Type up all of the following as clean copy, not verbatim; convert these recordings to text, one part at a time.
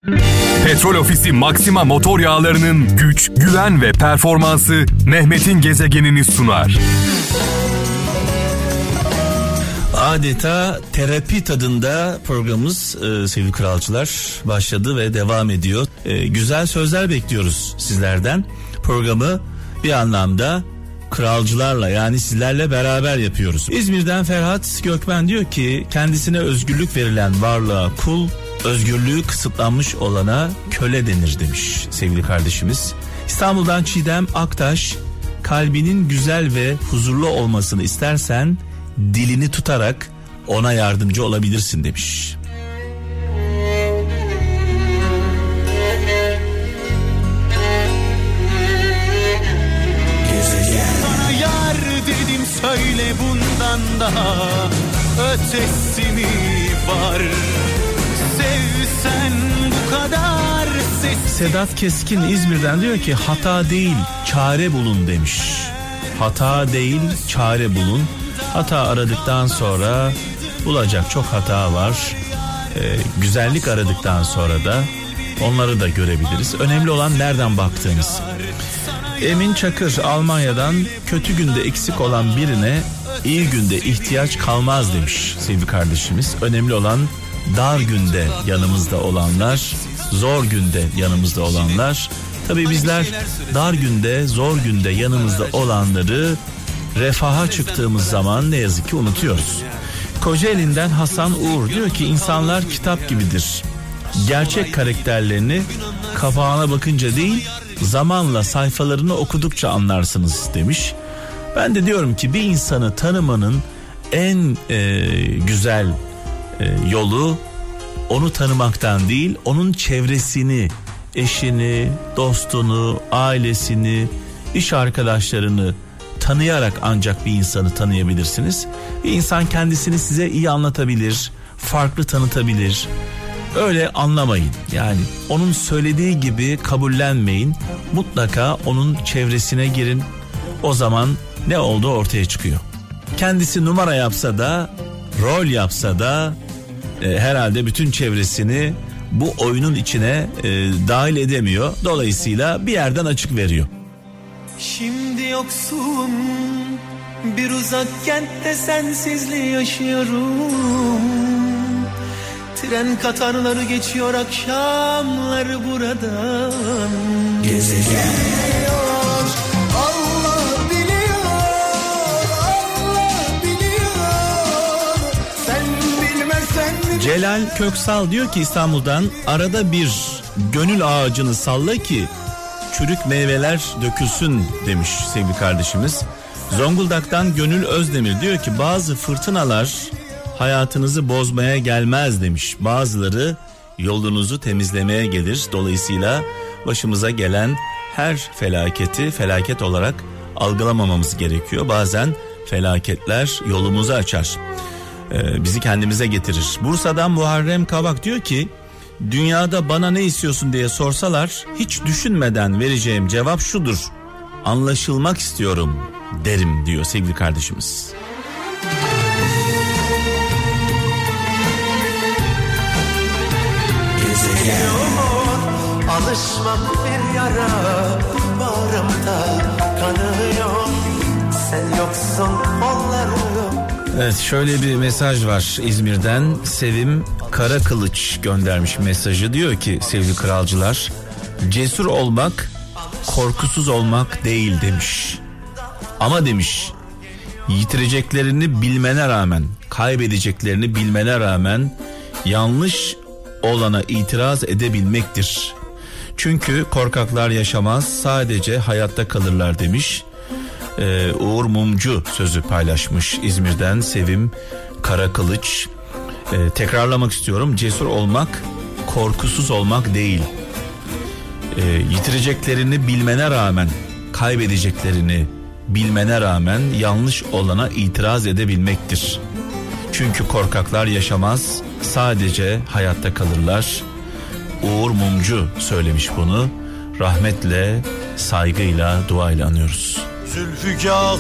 Petrol Ofisi Maxima motor yağlarının güç, güven ve performansı Mehmet'in gezegenini sunar. Adeta terapi tadında programımız sevgili kralcılar başladı ve devam ediyor. Güzel sözler bekliyoruz sizlerden. Programı bir anlamda kralcılarla, yani sizlerle beraber yapıyoruz. İzmir'den Ferhat Gökmen diyor ki kendisine özgürlük verilen varlığa kul, özgürlüğü kısıtlanmış olana köle denir demiş sevgili kardeşimiz. İstanbul'dan Çiğdem Aktaş, kalbinin güzel ve huzurlu olmasını istersen dilini tutarak ona yardımcı olabilirsin demiş. Sana yar dedim, söyle bundan daha ötesi mi var? Sevsen bu kadar Sedat Keskin İzmir'den diyor ki hata değil çare bulun demiş. Hata değil çare bulun. Hata aradıktan sonra bulacak çok hata var. Güzellik aradıktan sonra da onları da görebiliriz. Önemli olan nereden baktığımız. Emin Çakır Almanya'dan kötü günde eksik olan birine iyi günde ihtiyaç kalmaz demiş sevgili kardeşimiz. Önemli olan dar günde yanımızda olanlar, zor günde yanımızda olanlar. Tabii bizler dar günde, zor günde yanımızda olanları refaha çıktığımız zaman ne yazık ki unutuyoruz. Kocaeli'nden Hasan Uğur diyor ki insanlar kitap gibidir. Gerçek karakterlerini kapağına bakınca değil, zamanla sayfalarını okudukça anlarsınız demiş. Ben de diyorum ki bir insanı tanımanın en güzel yolu onu tanımaktan değil, onun çevresini, eşini, dostunu, ailesini, iş arkadaşlarını tanıyarak ancak bir insanı tanıyabilirsiniz. Bir insan kendisini size iyi anlatabilir, farklı tanıtabilir. Öyle anlamayın. Yani onun söylediği gibi kabullenmeyin. Mutlaka onun çevresine girin. O zaman ne olduğu ortaya çıkıyor. Kendisi numara yapsa da, rol yapsa da herhalde bütün çevresini bu oyunun içine dahil edemiyor. Dolayısıyla bir yerden açık veriyor. Şimdi yoksun, bir uzak kentte sensizliği yaşıyorum. Tren katarları geçiyor akşamları buradan. Gezegen Allah biliyor, Allah biliyor. Sen bilmezsen. Celal Köksal diyor ki İstanbul'dan arada bir gönül ağacını salla ki çürük meyveler dökülsün demiş sevgili kardeşimiz. Zonguldak'tan Gönül Özdemir diyor ki bazı fırtınalar hayatınızı bozmaya gelmez demiş. Bazıları yolunuzu temizlemeye gelir. Dolayısıyla başımıza gelen her felaketi felaket olarak algılamamamız gerekiyor. Bazen felaketler yolumuzu açar. Bizi kendimize getirir. Bursa'dan Muharrem Kavak diyor ki dünyada bana ne istiyorsun diye sorsalar hiç düşünmeden vereceğim cevap şudur: anlaşılmak istiyorum derim diyor sevgili kardeşimiz. Alışmam bir yara bağrımda kanıyor. Sen yoksun kollarım. Evet, şöyle bir mesaj var İzmir'den. Sevim Karakılıç göndermiş mesajı. Diyor ki sevgili kralcılar, cesur olmak korkusuz olmak değil demiş. Ama demiş yitireceklerini bilmene rağmen, kaybedeceklerini bilmene rağmen yanlış olana itiraz edebilmektir. Çünkü korkaklar yaşamaz, sadece hayatta kalırlar demiş. Uğur Mumcu sözü paylaşmış İzmir'den Sevim Karakılıç. Tekrarlamak istiyorum, cesur olmak korkusuz olmak değil. Yitireceklerini bilmene rağmen, kaybedeceklerini bilmene rağmen yanlış olana itiraz edebilmektir. Çünkü korkaklar yaşamaz, sadece hayatta kalırlar. Uğur Mumcu söylemiş bunu. Rahmetle, saygıyla, duayla anıyoruz. Zülfügah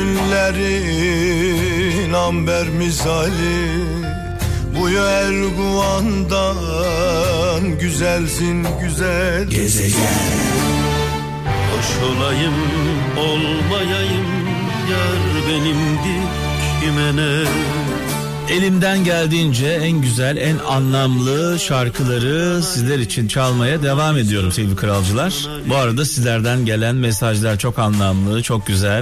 günlerin amber misali, bu Erguvan'dan inan güzelsin güzel. Gezegen. Hoş olayım olmayayım yar benimdi kime ne. Elimden geldiğince en güzel, en anlamlı şarkıları sizler için çalmaya devam ediyorum sevgili kralcılar. Bu arada sizlerden gelen mesajlar çok anlamlı, çok güzel.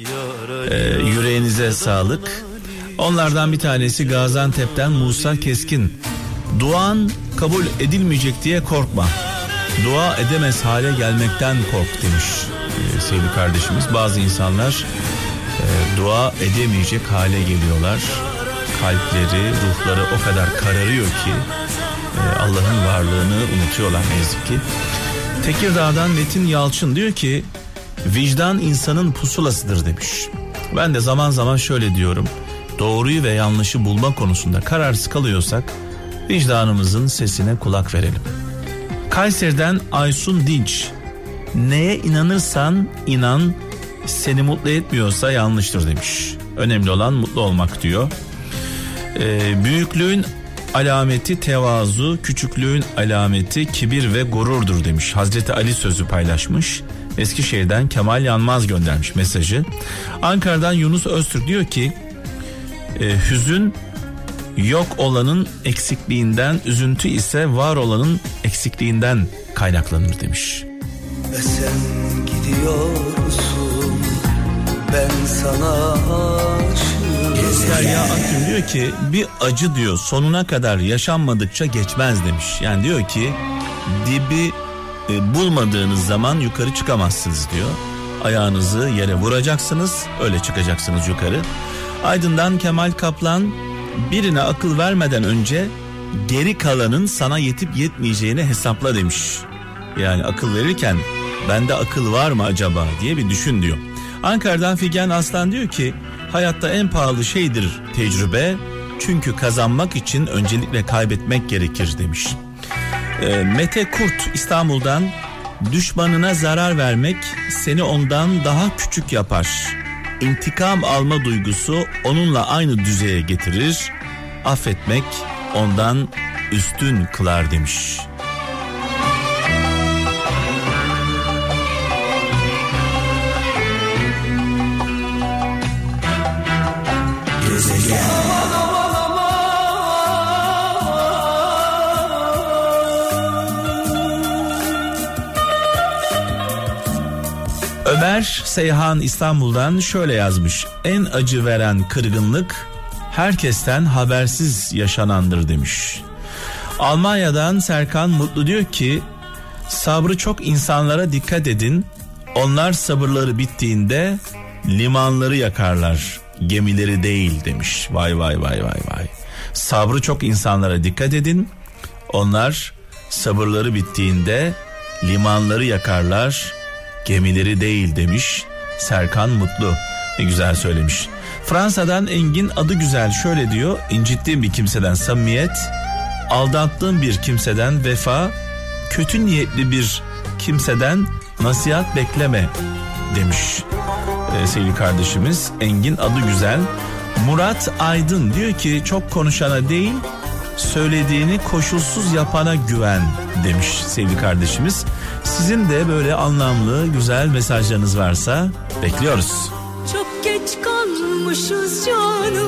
Yüreğinize sağlık. Onlardan bir tanesi Gaziantep'ten Musa Keskin. Duan kabul edilmeyecek diye korkma. Dua edemez hale gelmekten kork demiş sevgili kardeşimiz. Bazı insanlar dua edemeyecek hale geliyorlar. Kalpleri, ruhları o kadar kararıyor ki Allah'ın varlığını unutuyorlar ne yazık ki. Tekirdağ'dan Metin Yalçın diyor ki vicdan insanın pusulasıdır demiş. Ben de zaman zaman şöyle diyorum. Doğruyu ve yanlışı bulma konusunda kararsız kalıyorsak vicdanımızın sesine kulak verelim. Kayseri'den Aysun Dinç. Neye inanırsan inan, seni mutlu etmiyorsa yanlıştır demiş. Önemli olan mutlu olmak diyor. Büyüklüğün alameti tevazu, küçüklüğün alameti kibir ve gururdur demiş. Hazreti Ali sözü paylaşmış. Eskişehir'den Kemal Yanmaz göndermiş mesajı. Ankara'dan Yunus Öztürk diyor ki hüzün yok olanın eksikliğinden, üzüntü ise var olanın eksikliğinden kaynaklanır demiş. Ve sen gidiyorsun, ben sana aşığım. Derya Akgün diyor ki bir acı diyor sonuna kadar yaşanmadıkça geçmez demiş. Yani diyor ki dibi bulmadığınız zaman yukarı çıkamazsınız diyor. Ayağınızı yere vuracaksınız, öyle çıkacaksınız yukarı. Aydın'dan Kemal Kaplan, birine akıl vermeden önce geri kalanın sana yetip yetmeyeceğini hesapla demiş. Yani akıl verirken bende akıl var mı acaba diye bir düşün diyor. Ankara'dan Figen Aslan diyor ki hayatta en pahalı şeydir tecrübe, çünkü kazanmak için öncelikle kaybetmek gerekir demiş. Mete Kurt İstanbul'dan, düşmanına zarar vermek seni ondan daha küçük yapar. İntikam alma duygusu onunla aynı düzeye getirir. Affetmek ondan üstün kılar demiş. Ömer Seyhan İstanbul'dan şöyle yazmış. En acı veren kırgınlık herkesten habersiz yaşanandır demiş. Almanya'dan Serkan Mutlu diyor ki sabrı çok insanlara dikkat edin. Onlar sabırları bittiğinde limanları yakarlar, gemileri değil demiş. Vay vay vay vay vay. Sabrı çok insanlara dikkat edin. Onlar sabırları bittiğinde limanları yakarlar, gemileri değil demiş Serkan Mutlu. Ne güzel söylemiş. Fransa'dan Engin adı güzel şöyle diyor. İncittiğim bir kimseden samimiyet, aldattığım bir kimseden vefa, kötü niyetli bir kimseden nasihat bekleme demiş sevgili kardeşimiz Engin adı güzel. Murat Aydın diyor ki çok konuşana değil, söylediğini koşulsuz yapana güven demiş sevgili kardeşimiz. Sizin de böyle anlamlı güzel mesajlarınız varsa bekliyoruz. Çok geç kalmışız canım,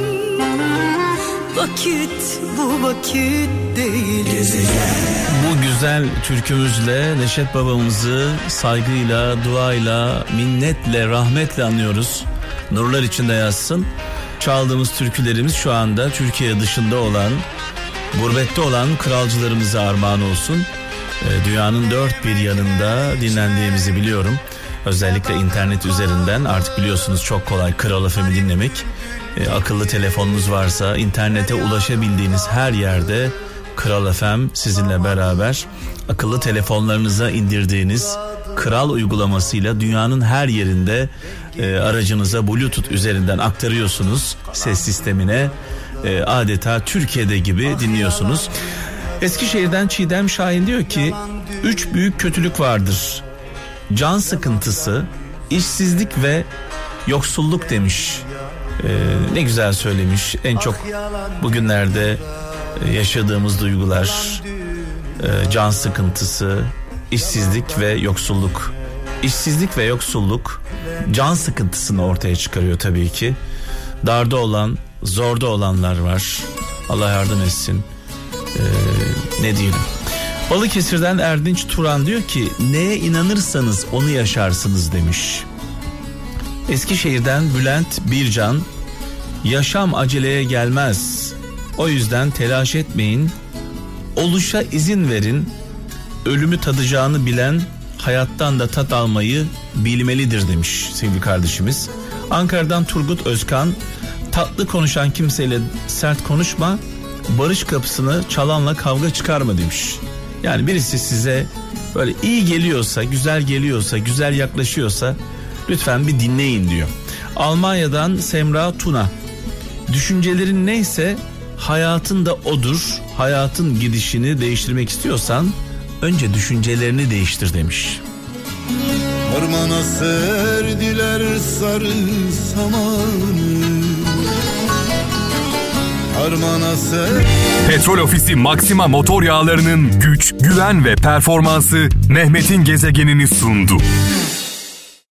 vakit bu vakit değil. Bu güzel türkümüzle Neşet babamızı saygıyla, duayla, minnetle, rahmetle anıyoruz. Nurlar içinde yatsın. Çaldığımız türkülerimiz şu anda Türkiye dışında olan, gurbette olan kralcılarımıza armağan olsun. Dünyanın dört bir yanında dinlendiğimizi biliyorum. Özellikle internet üzerinden artık biliyorsunuz çok kolay Kral FM'i dinlemek. Akıllı telefonunuz varsa internete ulaşabildiğiniz her yerde Kral FM sizinle beraber. Akıllı telefonlarınıza indirdiğiniz Kral uygulamasıyla dünyanın her yerinde aracınıza Bluetooth üzerinden aktarıyorsunuz ses sistemine. Adeta Türkiye'de gibi dinliyorsunuz. Eskişehir'den Çiğdem Şahin diyor ki 3 büyük kötülük vardır. Can sıkıntısı, işsizlik ve yoksulluk demiş. Ne güzel söylemiş. En çok bugünlerde yaşadığımız duygular, can sıkıntısı, işsizlik ve yoksulluk. İşsizlik ve yoksulluk can sıkıntısını ortaya çıkarıyor tabii ki. Darda olan, zorda olanlar var. Allah yardım etsin. Ne diyelim? Balıkesir'den Erdinç Turan diyor ki neye inanırsanız onu yaşarsınız demiş. Eskişehir'den Bülent Bircan, yaşam aceleye gelmez. O yüzden telaş etmeyin. Oluşa izin verin. Ölümü tadacağını bilen hayattan da tat almayı bilmelidir demiş sevgili kardeşimiz. Ankara'dan Turgut Özkan, tatlı konuşan kimseyle sert konuşma, barış kapısını çalanla kavga çıkarma demiş. Yani birisi size böyle iyi geliyorsa, güzel geliyorsa, güzel yaklaşıyorsa lütfen bir dinleyin diyor. Almanya'dan Semra Tuna, düşüncelerin neyse hayatın da odur. Hayatın gidişini değiştirmek istiyorsan önce düşüncelerini değiştir demiş. Ormana serdiler sarı samanı, harmana Petrol Ofisi Maxima motor yağlarının güç, güven ve performansı Mehmet'in gezegenini sundu.